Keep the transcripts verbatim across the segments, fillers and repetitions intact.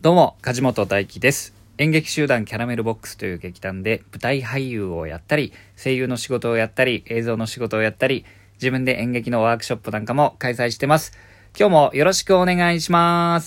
どうも梶本大輝です。演劇集団キャラメルボックスという劇団で舞台俳優をやったり、声優の仕事をやったり、映像の仕事をやったり、自分で演劇のワークショップなんかも開催してます。今日もよろしくお願いします。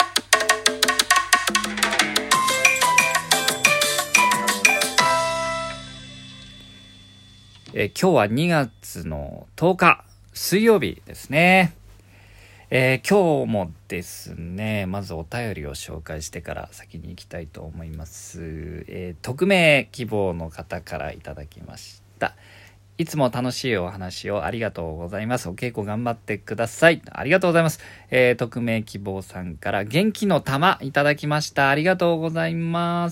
え今日はにがつのとおか水曜日ですね。えー、今日もですね、まずお便りを紹介してから先に行きたいと思います。えー、匿名希望の方からいただきました。いつも楽しいお話をありがとうございます。お稽古頑張ってください。ありがとうございます。えー、匿名希望さんから元気の玉いただきました。ありがとうございます。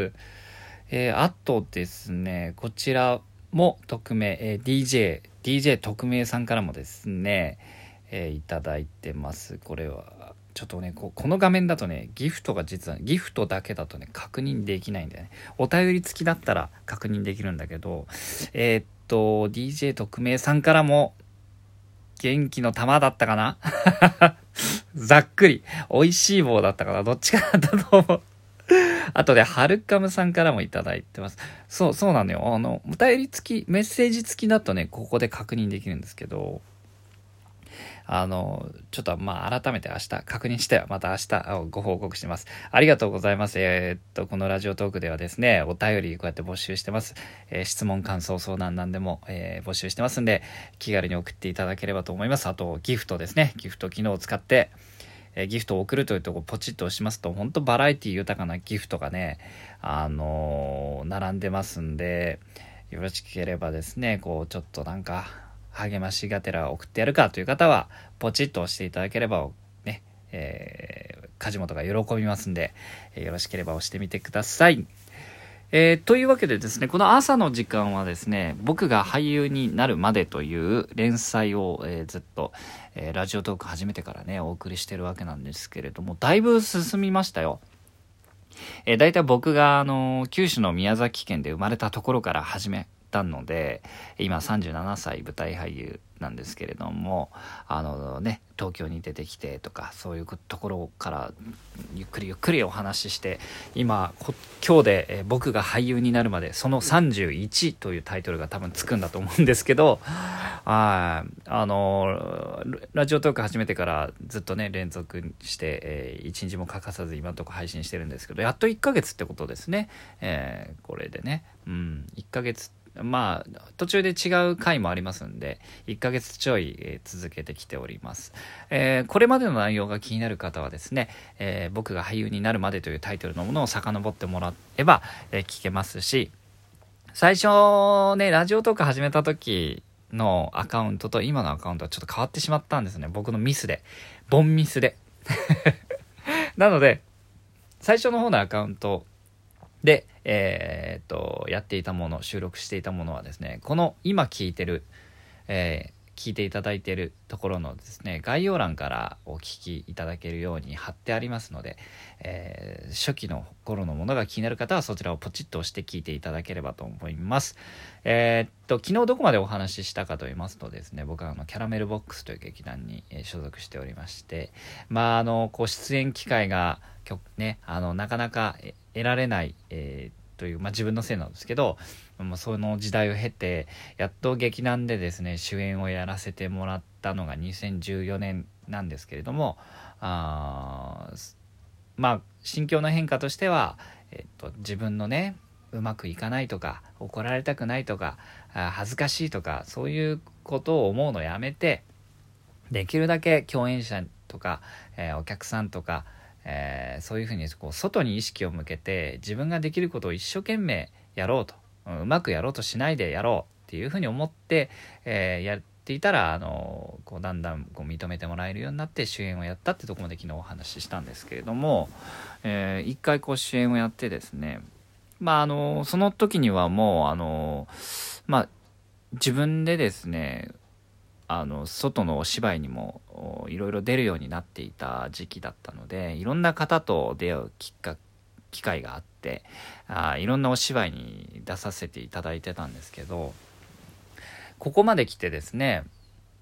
えー、あとですね、こちらも匿名、えー、ディージェー、ディージェー 匿名さんからもですね、えー、いただいてます。これはちょっとね こ, この画面だとねギフトが実はギフトだけだとね確認できないんだよね。お便り付きだったら確認できるんだけど、えー、っと ディージェー 匿名さんからも元気の玉だったかなざっくり美味しい棒だったかな、どっちかだったと思うあとではるかむさんからもいただいてます。そうそうなのよ。あのお便り付きメッセージ付きだとねここで確認できるんですけど、あのちょっとまあ改めて明日確認してはまた明日ご報告します。ありがとうございます。えー、っとこのラジオトークではですねお便りこうやって募集してます。えー、質問感想相談なんでも、えー、募集してますんで気軽に送っていただければと思います。あとギフトですね、ギフト機能を使ってえー、ギフトを送るというところをポチッと押しますと本当バラエティ豊かなギフトがね、あのー、並んでますんで、よろしければですねこうちょっとなんか励ましがてら送ってやるかという方はポチッと押していただければね、えー、梶本が喜びますんで、えー、よろしければ押してみてください。えー、というわけでですね、この朝の時間はですね、僕が俳優になるまでという連載を、えー、ずっと、えー、ラジオトーク始めてからねお送りしてるわけなんですけれども、だいぶ進みましたよ。えー、だいたい僕があの九州の宮崎県で生まれたところから始めたので、今さんじゅうななさい舞台俳優なんですけれども、あのね東京に出てきてとかそういうところからゆっくりゆっくりお話しして、今今日で、えー、僕が俳優になるまでそのさんじゅういちというタイトルが多分つくんだと思うんですけど、ああのラジオトーク始めてからずっとね連続して、えー、いちにちも欠かさず今のところ配信してるんですけど、やっといっかげつってことですね。えー、これでね、うん、いっかげつ、まあ途中で違う回もありますんでいっかげつちょい、えー、続けてきております。えー、これまでの内容が気になる方はですね、えー、僕が俳優になるまでというタイトルのものを遡ってもらえば、えー、聞けますし、最初ねラジオトーク始めた時のアカウントと今のアカウントはちょっと変わってしまったんですね。僕のミスで、ボンミスでなので最初の方のアカウントで、えー、っとやっていたもの、収録していたものはですね、この今聞いてる、えー、聞いていただいているところのですね概要欄からお聞きいただけるように貼ってありますので、えー、初期の頃のものが気になる方はそちらをポチッと押して聞いていただければと思います。えー、っと昨日どこまでお話ししたかと言いますとですね、僕はあのキャラメルボックスという劇団に、えー、所属しておりまして、まああのこう出演機会がねあのなかなか得られない、えー、という、まあ、自分のせいなんですけど、まあ、その時代を経てやっと劇団でですね主演をやらせてもらったのがにせんじゅうよねんなんですけれども、あまあ心境の変化としては、えー、と自分のねうまくいかないとか怒られたくないとか恥ずかしいとかそういうことを思うのやめて、できるだけ共演者とか、えー、お客さんとかえー、そういうふうにこう外に意識を向けて自分ができることを一生懸命やろうと、うん、うまくやろうとしないでやろうっていうふうに思って、えー、やっていたらあのこうだんだんこう認めてもらえるようになって主演をやったってところまで昨日お話ししたんですけれども、えー、一回こう主演をやってですね、まああのその時にはもうあのまあ自分でですねあの外のお芝居にもいろいろ出るようになっていた時期だったので、いろんな方と出会うきっか機会があって、あいろんなお芝居に出させていただいてたんですけど、ここまで来てですね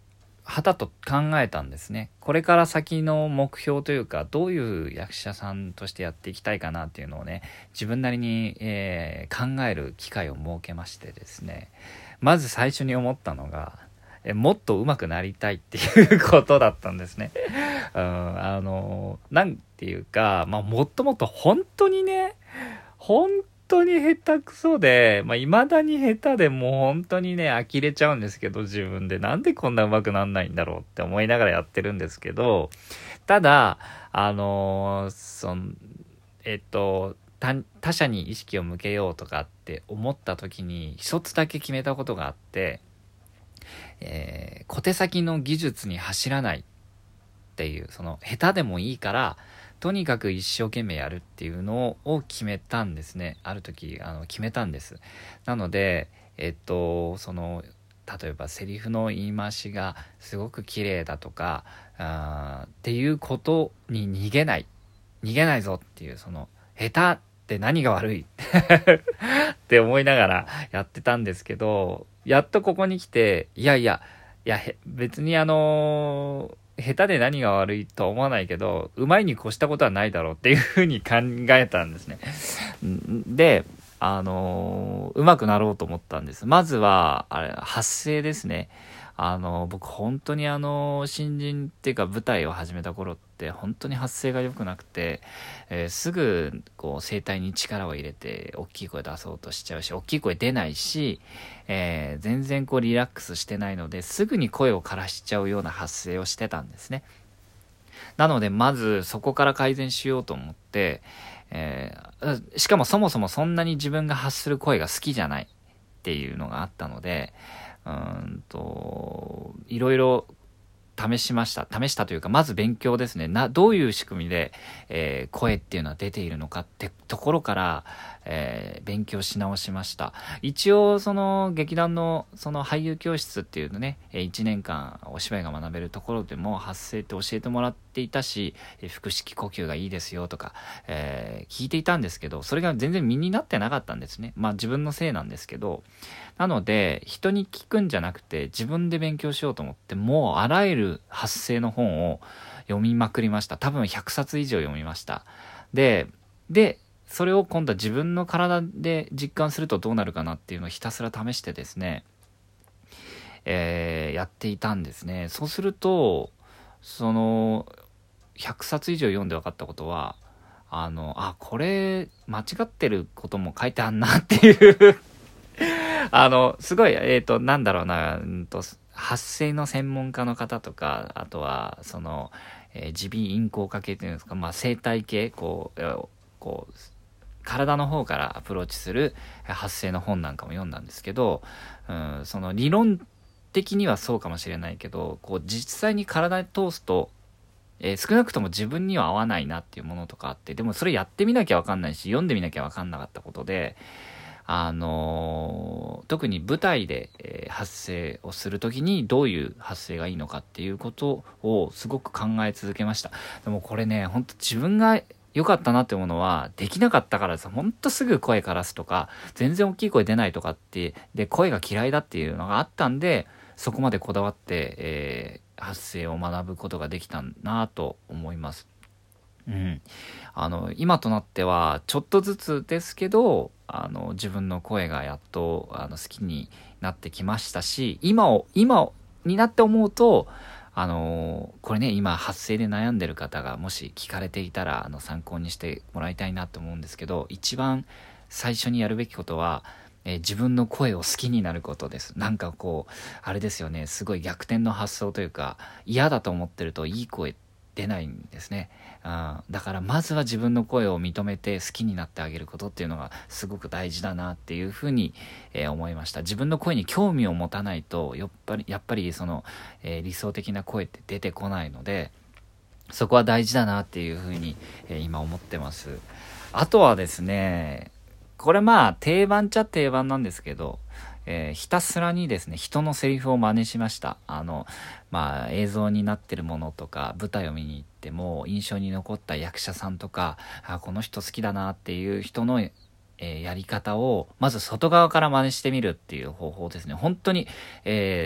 はたと考えたんですね。これから先の目標というか、どういう役者さんとしてやっていきたいかなっていうのをね、自分なりに、えー考える機会を設けましてですね、まず最初に思ったのが、えもっと上手くなりたいっていうことだったんですね。うん、あのなんていうか、まあ、もっともっと本当にね、本当に下手くそで、まあ、未だに下手でもう本当にね、呆れちゃうんですけど、自分でなんでこんな上手くなんないんだろうって思いながらやってるんですけど、ただ、あのーその、えっと、他他者に意識を向けようとかって思った時に、一つだけ決めたことがあって、えー小手先の技術に走らないっていう、その下手でもいいからとにかく一生懸命やるっていうのを決めたんですね。ある時あの決めたんです。なのでえっとその例えばセリフの言い回しがすごく綺麗だとかあーっていうことに逃げない逃げないぞっていう、その下手って何が悪いって思いながらやってたんですけど、やっとここに来て、いやいやいやへ別にあのー下手で何が悪いとは思わないけど、上手いに越したことはないだろうっていうふうに考えたんですね。で、あのー、上手くなろうと思ったんです。まずは、あれ、発声ですね。あのー、僕本当にあのー、新人っていうか舞台を始めた頃って本当に発声が良くなくて、えーすぐこう声帯に力を入れて大きい声出そうとしちゃうし、大きい声出ないし、えー全然こうリラックスしてないのですぐに声を枯らしちゃうような発声をしてたんですね。なのでまずそこから改善しようと思って、えーしかもそもそもそんなに自分が発する声が好きじゃないっていうのがあったので、うーんといろいろ試しました。試したというか、まず勉強ですね。な、どういう仕組みで、えー声っていうのは出ているのかってところから、えー勉強し直しました。一応、その劇団のその俳優教室っていうのね、えーいちねんかんお芝居が学べるところでも発声って教えてもらっていたし、えー腹式呼吸がいいですよとか、えー聞いていたんですけど、それが全然身になってなかったんですね。まあ自分のせいなんですけど、なので人に聞くんじゃなくて自分で勉強しようと思って、もうあらゆる発声の本を読みまくりました。多分ひゃくさつ以上読みました。ででそれを今度は自分の体で実感するとどうなるかなっていうのをひたすら試してですね、えーやっていたんですね。そうするとそのひゃくさつ以上読んで分かったことは、あのあこれ間違ってることも書いてあんなっていうあの、すごい、えっと、なんだろうな、うんと、発声の専門家の方とか、あとは、その、えー耳鼻咽喉科系っていうんですか、まあ、生態系、こう、えーこう、体の方からアプローチする発声の本なんかも読んだんですけど、うん、その理論的にはそうかもしれないけど、こう、実際に体に通すと、えー少なくとも自分には合わないなっていうものとかあって、でもそれやってみなきゃわかんないし、読んでみなきゃわかんなかったことで、あのー特に舞台で、えー発声をするときにどういう発声がいいのかっていうことをすごく考え続けました。でもこれね、ほんと自分が良かったなってものはできなかったからです。ほんとすぐ声枯らすとか、全然大きい声出ないとかって、で、声が嫌いだっていうのがあったんで、そこまでこだわって、えー発声を学ぶことができたなと思います。うん、あの今となってはちょっとずつですけど、あの自分の声がやっとあの好きになってきましたし、今を今になって思うと、あのこれね、今発声で悩んでる方がもし聞かれていたら、あの参考にしてもらいたいなと思うんですけど、一番最初にやるべきことは、えー自分の声を好きになることです。なんかこうあれですよね、すごい逆転の発想というか、嫌だと思ってるといい声出ないんですね。うん、だからまずは自分の声を認めて好きになってあげることっていうのがすごく大事だなっていうふうに、えー思いました。自分の声に興味を持たないとやっぱりやっぱりその、えー理想的な声って出てこないので、そこは大事だなっていうふうに、えー今思ってます。あとはですね、これまあ定番っちゃ定番なんですけど、えーひたすらにですね、人のセリフを真似しました。あのまあ映像になってるものとか舞台を見に行っても印象に残った役者さんとか、あこの人好きだなっていう人の、えーやり方をまず外側から真似してみるっていう方法ですね。本当に、えー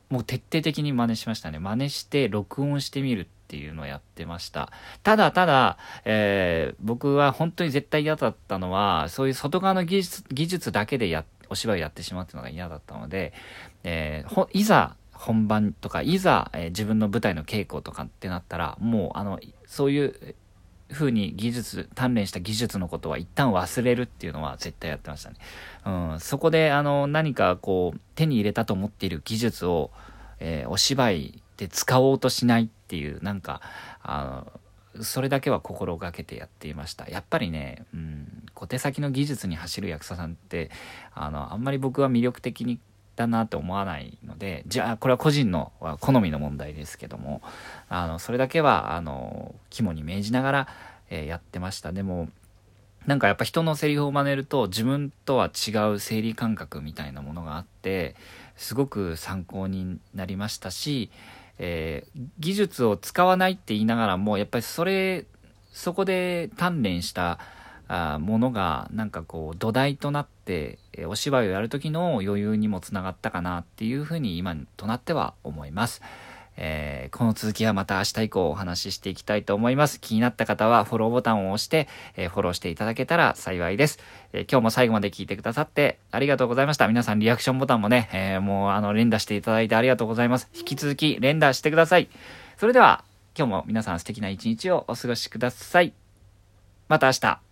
もう徹底的に真似しましたね。真似して録音してみるっていうのをやってました。ただただ、えー、僕は本当に絶対嫌だったのは、そういう外側の技術、技術だけでや、お芝居やってしまうっていうのが嫌だったので、えー、ほいざ本番とか、いざ、えー、自分の舞台の稽古とかってなったら、もうあの、そういう風に技術、鍛錬した技術のことは一旦忘れるっていうのは絶対やってましたね。うん、そこであの何かこう手に入れたと思っている技術を、えー、お芝居で使おうとしないっていう、なんかあのそれだけは心がけてやっていました。やっぱりね、うん、小手先の技術に走る役者さんってあのあんまり僕は魅力的にだなと思わないので、じゃあこれは個人の好みの問題ですけども、あのそれだけはあの肝に銘じながら、えー、やってました。でもなんかやっぱ人のセリフを真似ると自分とは違う生理感覚みたいなものがあって、すごく参考になりましたし、えー、技術を使わないって言いながらもやっぱりそれそこで鍛錬したあものがなんかこう土台となって、えー、お芝居をやる時の余裕にもつながったかなっていうふうに今となっては思います。えー、この続きはまた明日以降お話ししていきたいと思います。気になった方はフォローボタンを押して、えー、フォローしていただけたら幸いです。えー、今日も最後まで聞いてくださってありがとうございました。皆さんリアクションボタンもね、えー、もうあの連打していただいてありがとうございます。引き続き連打してください。それでは今日も皆さん素敵な一日をお過ごしください。また明日。